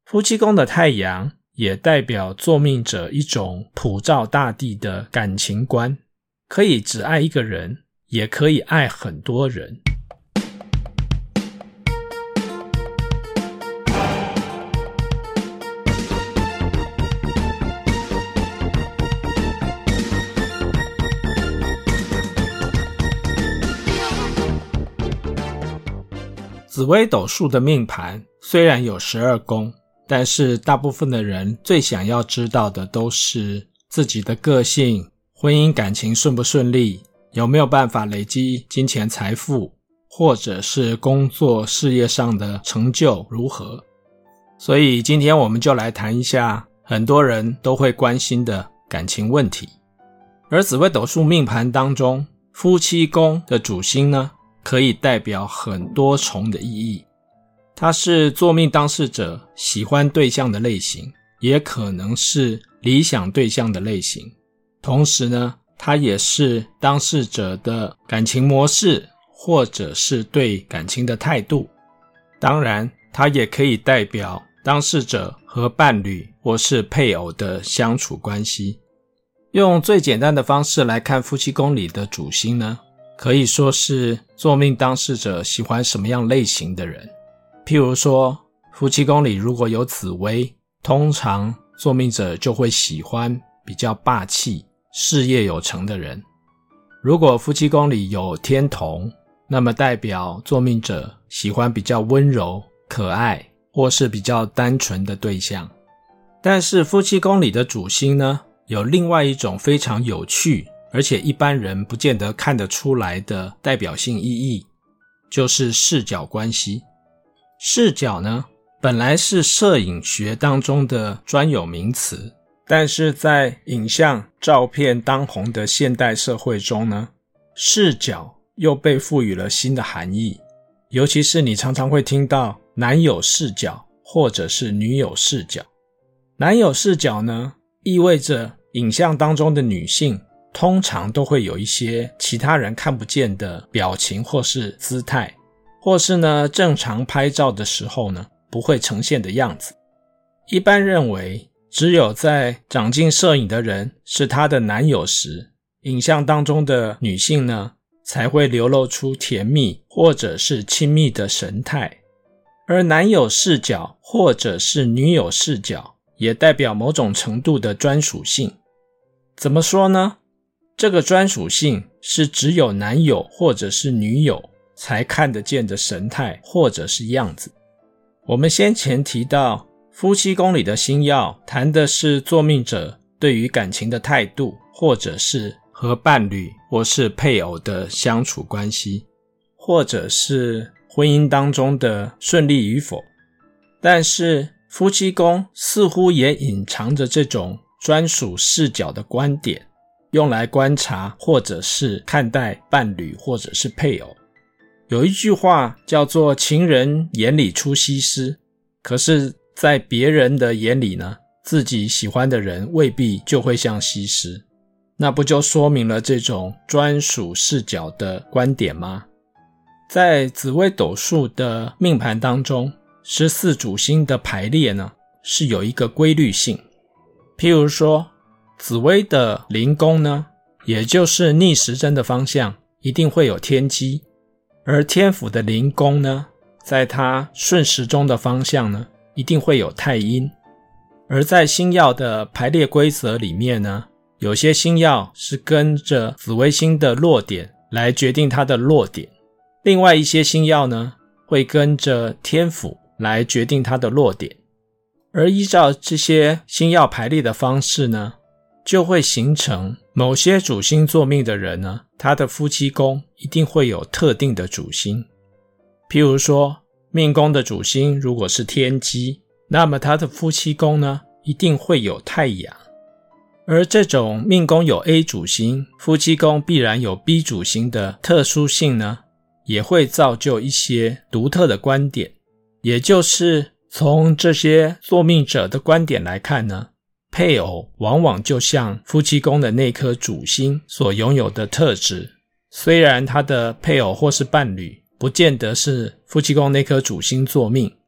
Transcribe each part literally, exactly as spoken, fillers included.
夫妻宫的太阳也代表作命者一种普照大地的感情观，可以只爱一个人，也可以爱很多人。紫微斗数的命盘虽然有十二宫，但是大部分的人最想要知道的都是自己的个性、婚姻感情顺不顺利，有没有办法累积金钱财富，或者是工作事业上的成就如何。所以今天我们就来谈一下很多人都会关心的感情问题。而紫微斗数命盘当中，夫妻宫的主星呢，可以代表很多重的意义。它是作命当事者喜欢对象的类型，也可能是理想对象的类型。同时呢，它也是当事者的感情模式，或者是对感情的态度。当然，它也可以代表当事者和伴侣或是配偶的相处关系。用最简单的方式来看夫妻宫里的主星呢，可以说是作命当事者喜欢什么样类型的人。譬如说，夫妻宫里如果有紫微，通常作命者就会喜欢比较霸气、事业有成的人。如果夫妻宫里有天同，那么代表作命者喜欢比较温柔、可爱，或是比较单纯的对象。但是夫妻宫里的主星呢，有另外一种非常有趣，而且一般人不见得看得出来的代表性意义，就是视角关系。视角呢，本来是摄影学当中的专有名词，但是在影像、照片当红的现代社会中呢，视角又被赋予了新的含义。尤其是你常常会听到男友视角或者是女友视角。男友视角呢，意味着影像当中的女性通常都会有一些其他人看不见的表情或是姿态，或是呢正常拍照的时候呢不会呈现的样子。一般认为，只有在长进摄影的人是他的男友时，影像当中的女性呢才会流露出甜蜜或者是亲密的神态。而男友视角或者是女友视角也代表某种程度的专属性。怎么说呢？这个专属性是只有男友或者是女友才看得见的神态或者是样子。我们先前提到夫妻宫里的星曜谈的是作命者对于感情的态度，或者是和伴侣或是配偶的相处关系，或者是婚姻当中的顺利与否。但是夫妻宫似乎也隐藏着这种专属视角的观点，用来观察或者是看待伴侣或者是配偶。有一句话叫做情人眼里出西施，可是在别人的眼里呢，自己喜欢的人未必就会像西施。那不就说明了这种专属视角的观点吗？在紫微斗数的命盘当中，十四主星的排列呢，是有一个规律性。譬如说，紫微的临宫呢，也就是逆时针的方向，一定会有天机。而天府的临宫呢，在它顺时钟的方向呢，一定会有太阴。而在星曜的排列规则里面呢，有些星曜是跟着紫微星的落点来决定它的落点，另外一些星曜呢，会跟着天府来决定它的落点。而依照这些星曜排列的方式呢，就会形成某些主星坐命的人呢，他的夫妻宫一定会有特定的主星。譬如说，命宫的主星如果是天机，那么他的夫妻宫呢，一定会有太阳。而这种命宫有 A 主星，夫妻宫必然有 B 主星的特殊性呢，也会造就一些独特的观点。也就是从这些坐命者的观点来看呢，配偶往往就像夫妻宫的那颗主星所拥有的特质，虽然他的配偶或是伴侣不见得是夫妻宫那颗主星坐命，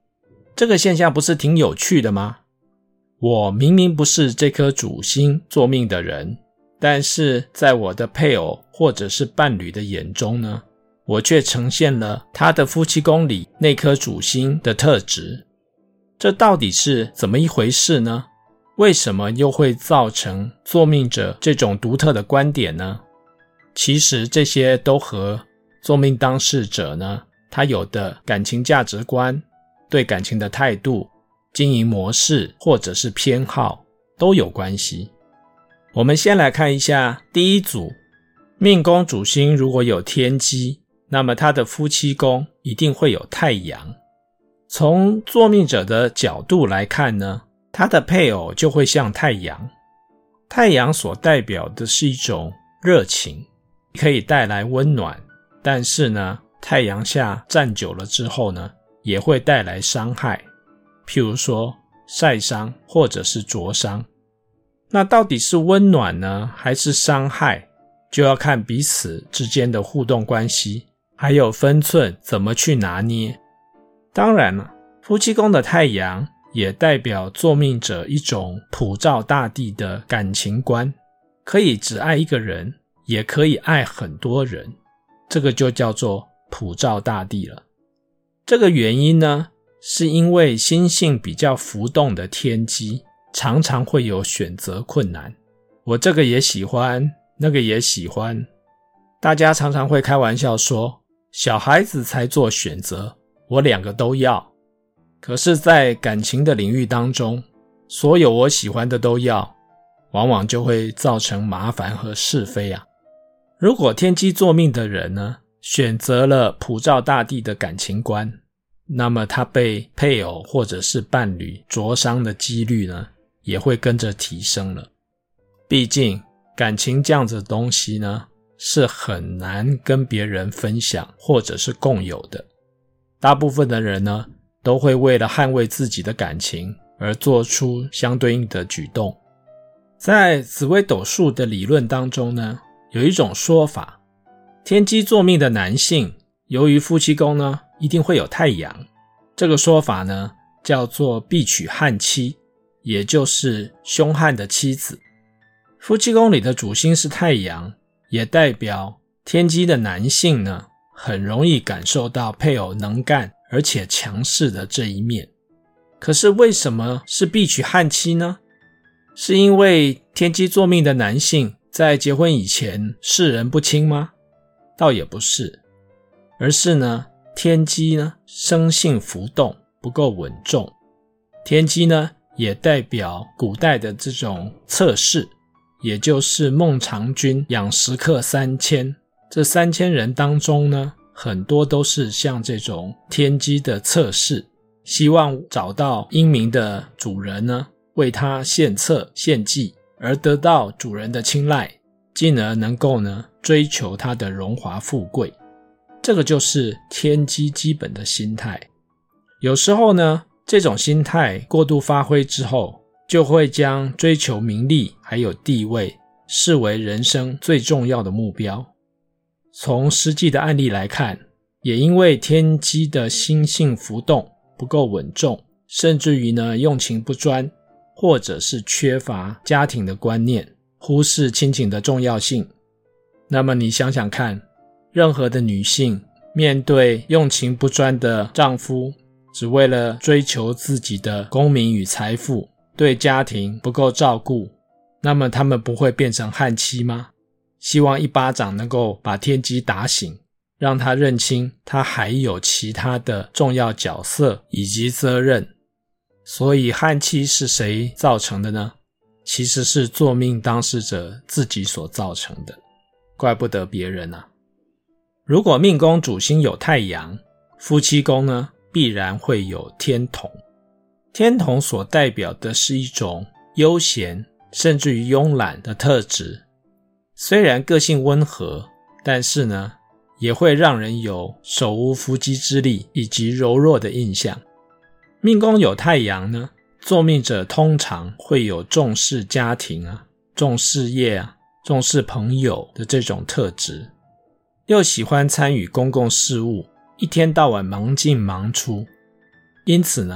这个现象不是挺有趣的吗？我明明不是这颗主星坐命的人，但是在我的配偶或者是伴侣的眼中呢，我却呈现了他的夫妻宫里那颗主星的特质。这到底是怎么一回事呢？为什么又会造成坐命者这种独特的观点呢？其实这些都和坐命当事者呢，他有的感情价值观、对感情的态度、经营模式或者是偏好都有关系。我们先来看一下第一组，命宫主星如果有天机，那么他的夫妻宫一定会有太阳。从坐命者的角度来看呢，他的配偶就会像太阳。太阳所代表的是一种热情，可以带来温暖，但是呢，太阳下站久了之后呢，也会带来伤害，譬如说晒伤或者是灼伤。那到底是温暖呢，还是伤害，就要看彼此之间的互动关系，还有分寸怎么去拿捏。当然了，夫妻宫的太阳也代表坐命者一种普照大地的感情观，可以只爱一个人，也可以爱很多人，这个就叫做普照大地了。这个原因呢，是因为心性比较浮动的天机常常会有选择困难，我这个也喜欢，那个也喜欢。大家常常会开玩笑说，小孩子才做选择，我两个都要。可是在感情的领域当中，所有我喜欢的都要，往往就会造成麻烦和是非啊。如果天机坐命的人呢，选择了普照大地的感情观，那么他被配偶或者是伴侣灼伤的几率呢，也会跟着提升了。毕竟感情这样子的东西呢，是很难跟别人分享或者是共有的。大部分的人呢，都会为了捍卫自己的感情而做出相对应的举动。在紫微斗数的理论当中呢，有一种说法，天机坐命的男性由于夫妻宫呢一定会有太阳，这个说法呢叫做必娶悍妻，也就是凶悍的妻子。夫妻宫里的主星是太阳，也代表天机的男性呢很容易感受到配偶能干而且强势的这一面。可是为什么是必娶悍妻呢？是因为天机坐命的男性在结婚以前世人不清吗？倒也不是，而是呢天机呢生性浮动，不够稳重。天机呢也代表古代的这种测试，也就是孟尝君养食客三千，这三千人当中呢，很多都是像这种天机的测试，希望找到英明的主人呢，为他献策献计，而得到主人的青睐，进而能够呢追求他的荣华富贵。这个就是天机基本的心态。有时候呢，这种心态过度发挥之后，就会将追求名利还有地位视为人生最重要的目标。从实际的案例来看，也因为天机的心性浮动，不够稳重，甚至于呢用情不专，或者是缺乏家庭的观念，忽视亲情的重要性。那么你想想看，任何的女性面对用情不专的丈夫，只为了追求自己的功名与财富，对家庭不够照顾，那么他们不会变成悍妻吗？希望一巴掌能够把天机打醒，让他认清他还有其他的重要角色以及责任。所以悍妻是谁造成的呢？其实是坐命当事者自己所造成的，怪不得别人啊。如果命宫主星有太阳，夫妻宫呢必然会有天同。天同所代表的是一种悠闲甚至于慵懒的特质，虽然个性温和，但是呢也会让人有手无缚鸡之力以及柔弱的印象。命宫有太阳呢，坐命者通常会有重视家庭啊、重事业啊、重视朋友的这种特质，又喜欢参与公共事务，一天到晚忙进忙出。因此呢，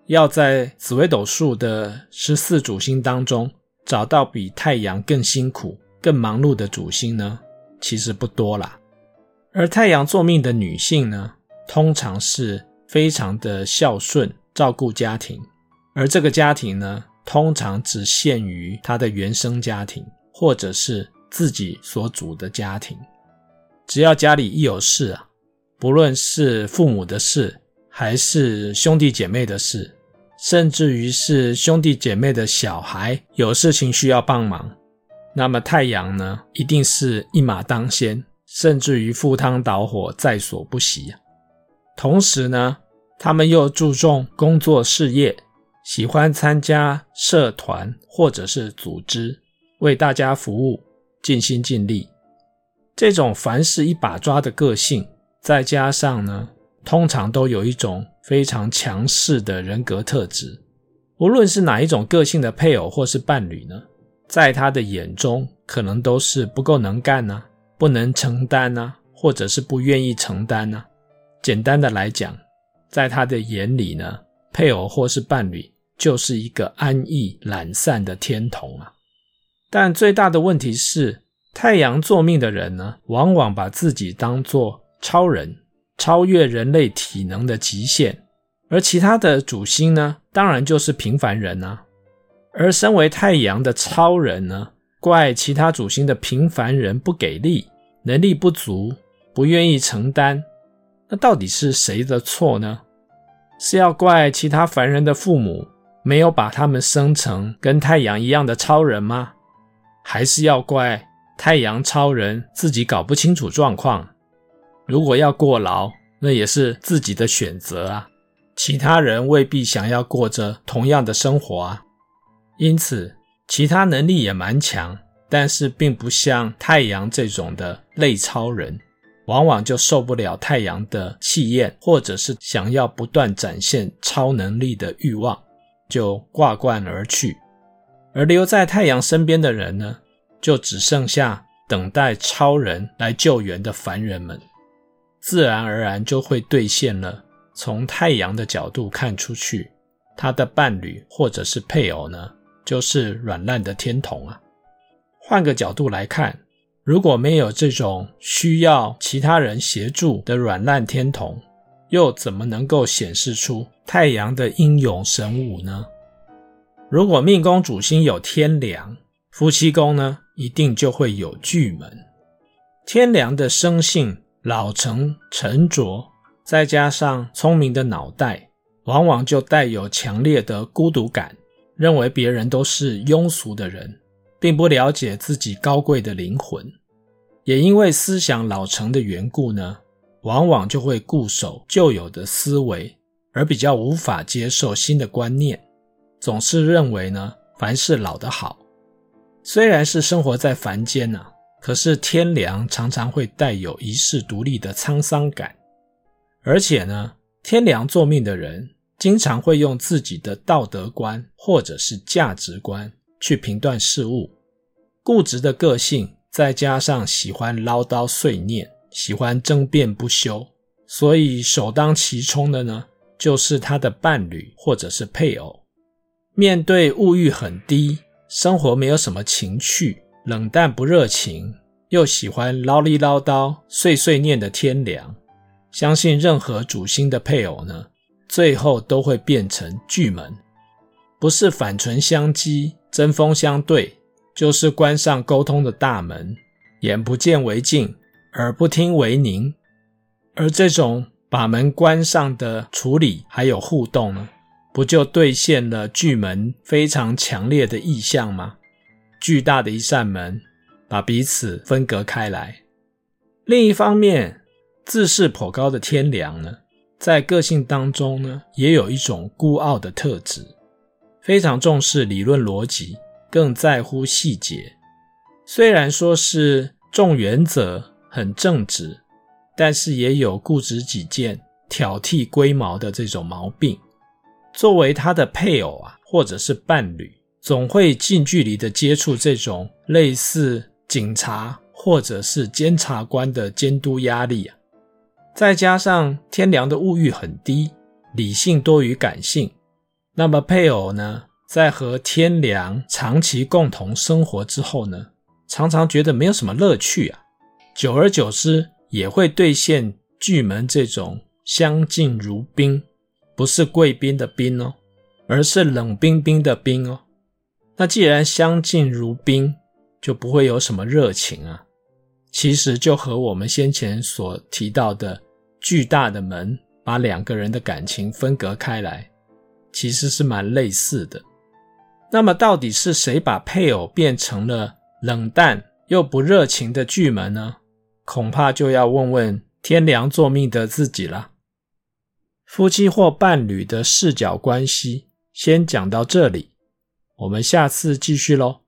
要在紫微斗数的十四主星当中找到比太阳更辛苦、更忙碌的主星呢，其实不多啦。而太阳坐命的女性呢，通常是非常的孝顺，照顾家庭，而这个家庭呢，通常只限于她的原生家庭，或者是自己所组的家庭。只要家里一有事啊，不论是父母的事，还是兄弟姐妹的事，甚至于是兄弟姐妹的小孩有事情需要帮忙，那么太阳呢，一定是一马当先，甚至于赴汤蹈火在所不惜啊。同时呢，他们又注重工作事业，喜欢参加社团或者是组织，为大家服务，尽心尽力。这种凡事一把抓的个性，再加上呢，通常都有一种非常强势的人格特质。无论是哪一种个性的配偶或是伴侣呢，在他的眼中可能都是不够能干啊，不能承担啊，或者是不愿意承担啊。简单的来讲，在他的眼里呢，配偶或是伴侣就是一个安逸懒散的天童啊。但最大的问题是，太阳坐命的人呢，往往把自己当作超人，超越人类体能的极限，而其他的主星呢，当然就是平凡人啊。而身为太阳的超人呢，怪其他主星的平凡人不给力，能力不足，不愿意承担，那到底是谁的错呢？是要怪其他凡人的父母没有把他们生成跟太阳一样的超人吗？还是要怪太阳超人自己搞不清楚状况？如果要过劳，那也是自己的选择啊，其他人未必想要过着同样的生活啊。因此，其他能力也蛮强，但是并不像太阳这种的类超人，往往就受不了太阳的气焰，或者是想要不断展现超能力的欲望，就挂冠而去。而留在太阳身边的人呢，就只剩下等待超人来救援的凡人们，自然而然就会兑现了从太阳的角度看出去，他的伴侣或者是配偶呢，就是软烂的天童啊。换个角度来看，如果没有这种需要其他人协助的软烂天童，又怎么能够显示出太阳的英勇神武呢？如果命宫主星有天梁，夫妻宫呢，一定就会有巨门。天梁的生性老成沉着，再加上聪明的脑袋，往往就带有强烈的孤独感，认为别人都是庸俗的人，并不了解自己高贵的灵魂。也因为思想老成的缘故呢，往往就会固守旧有的思维，而比较无法接受新的观念，总是认为呢，凡事老得好。虽然是生活在凡间啊，可是天梁常常会带有遗世独立的沧桑感。而且呢，天梁坐命的人经常会用自己的道德观或者是价值观去评断事物，固执的个性再加上喜欢唠叨碎念，喜欢争辩不休，所以首当其冲的呢，就是他的伴侣或者是配偶。面对物欲很低，生活没有什么情趣，冷淡不热情，又喜欢唠里唠叨碎碎念的天梁，相信任何主星的配偶呢，最后都会变成巨门。不是反唇相讥，针锋相对，就是关上沟通的大门，眼不见为净，耳不听为宁。而这种把门关上的处理还有互动呢，不就兑现了巨门非常强烈的意象吗？巨大的一扇门，把彼此分隔开来。另一方面，自视颇高的天梁呢，在个性当中呢，也有一种孤傲的特质，非常重视理论逻辑，更在乎细节。虽然说是重原则，很正直，但是也有固执己见、挑剔龟毛的这种毛病。作为他的配偶啊，或者是伴侣，总会近距离的接触这种类似警察或者是监察官的监督压力啊。再加上天梁的物欲很低，理性多于感性， 那么配偶呢，在和天梁长期共同生活之后呢，常常觉得没有什么乐趣啊，久而久之也会兑现巨门这种相敬如宾，不是贵宾的宾哦，而是冷冰冰的冰哦。那既然相敬如宾，就不会有什么热情啊。其实就和我们先前所提到的巨大的门把两个人的感情分隔开来，其实是蛮类似的。那么到底是谁把配偶变成了冷淡又不热情的巨门呢？恐怕就要问问天梁坐命的自己了。夫妻或伴侣的视角关系先讲到这里，我们下次继续咯。